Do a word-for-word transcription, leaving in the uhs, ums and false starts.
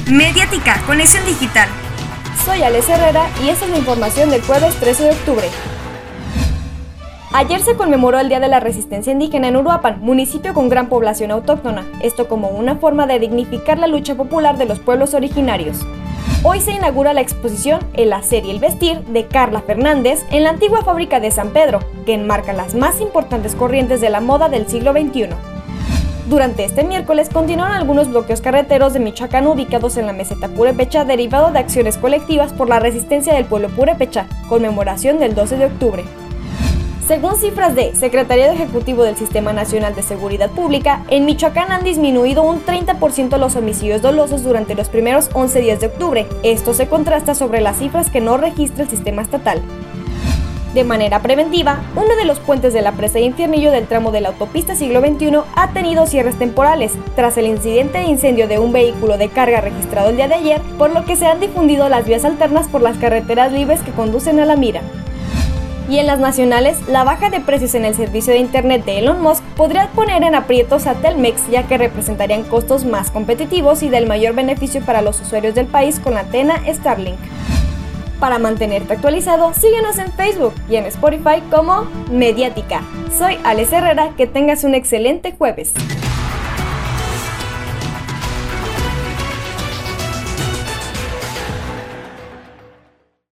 Mediática, Conexión Digital. Soy Alex Herrera y esta es la información del jueves trece de octubre. Ayer se conmemoró el Día de la Resistencia Indígena en Uruapan, municipio con gran población autóctona, esto como una forma de dignificar la lucha popular de los pueblos originarios. Hoy se inaugura la exposición El hacer y el vestir de Carla Fernández en la antigua fábrica de San Pedro, que enmarca las más importantes corrientes de la moda del siglo veintiuno. Durante este miércoles continuaron algunos bloqueos carreteros de Michoacán ubicados en la meseta purépecha derivado de acciones colectivas por la resistencia del pueblo purépecha, conmemoración del doce de octubre. Según cifras de Secretariado Ejecutivo del Sistema Nacional de Seguridad Pública, en Michoacán han disminuido un treinta por ciento los homicidios dolosos durante los primeros once días de octubre. Esto se contrasta sobre las cifras que no registra el sistema estatal. De manera preventiva, uno de los puentes de la presa de Infiernillo del tramo de la autopista siglo veintiuno ha tenido cierres temporales, tras el incidente de incendio de un vehículo de carga registrado el día de ayer, por lo que se han difundido las vías alternas por las carreteras libres que conducen a La Mira. Y en las nacionales, la baja de precios en el servicio de internet de Elon Musk podría poner en aprietos a Telmex, ya que representarían costos más competitivos y del mayor beneficio para los usuarios del país con la antena Starlink. Para mantenerte actualizado, síguenos en Facebook y en Spotify como Mediática. Soy Alex Herrera, que tengas un excelente jueves.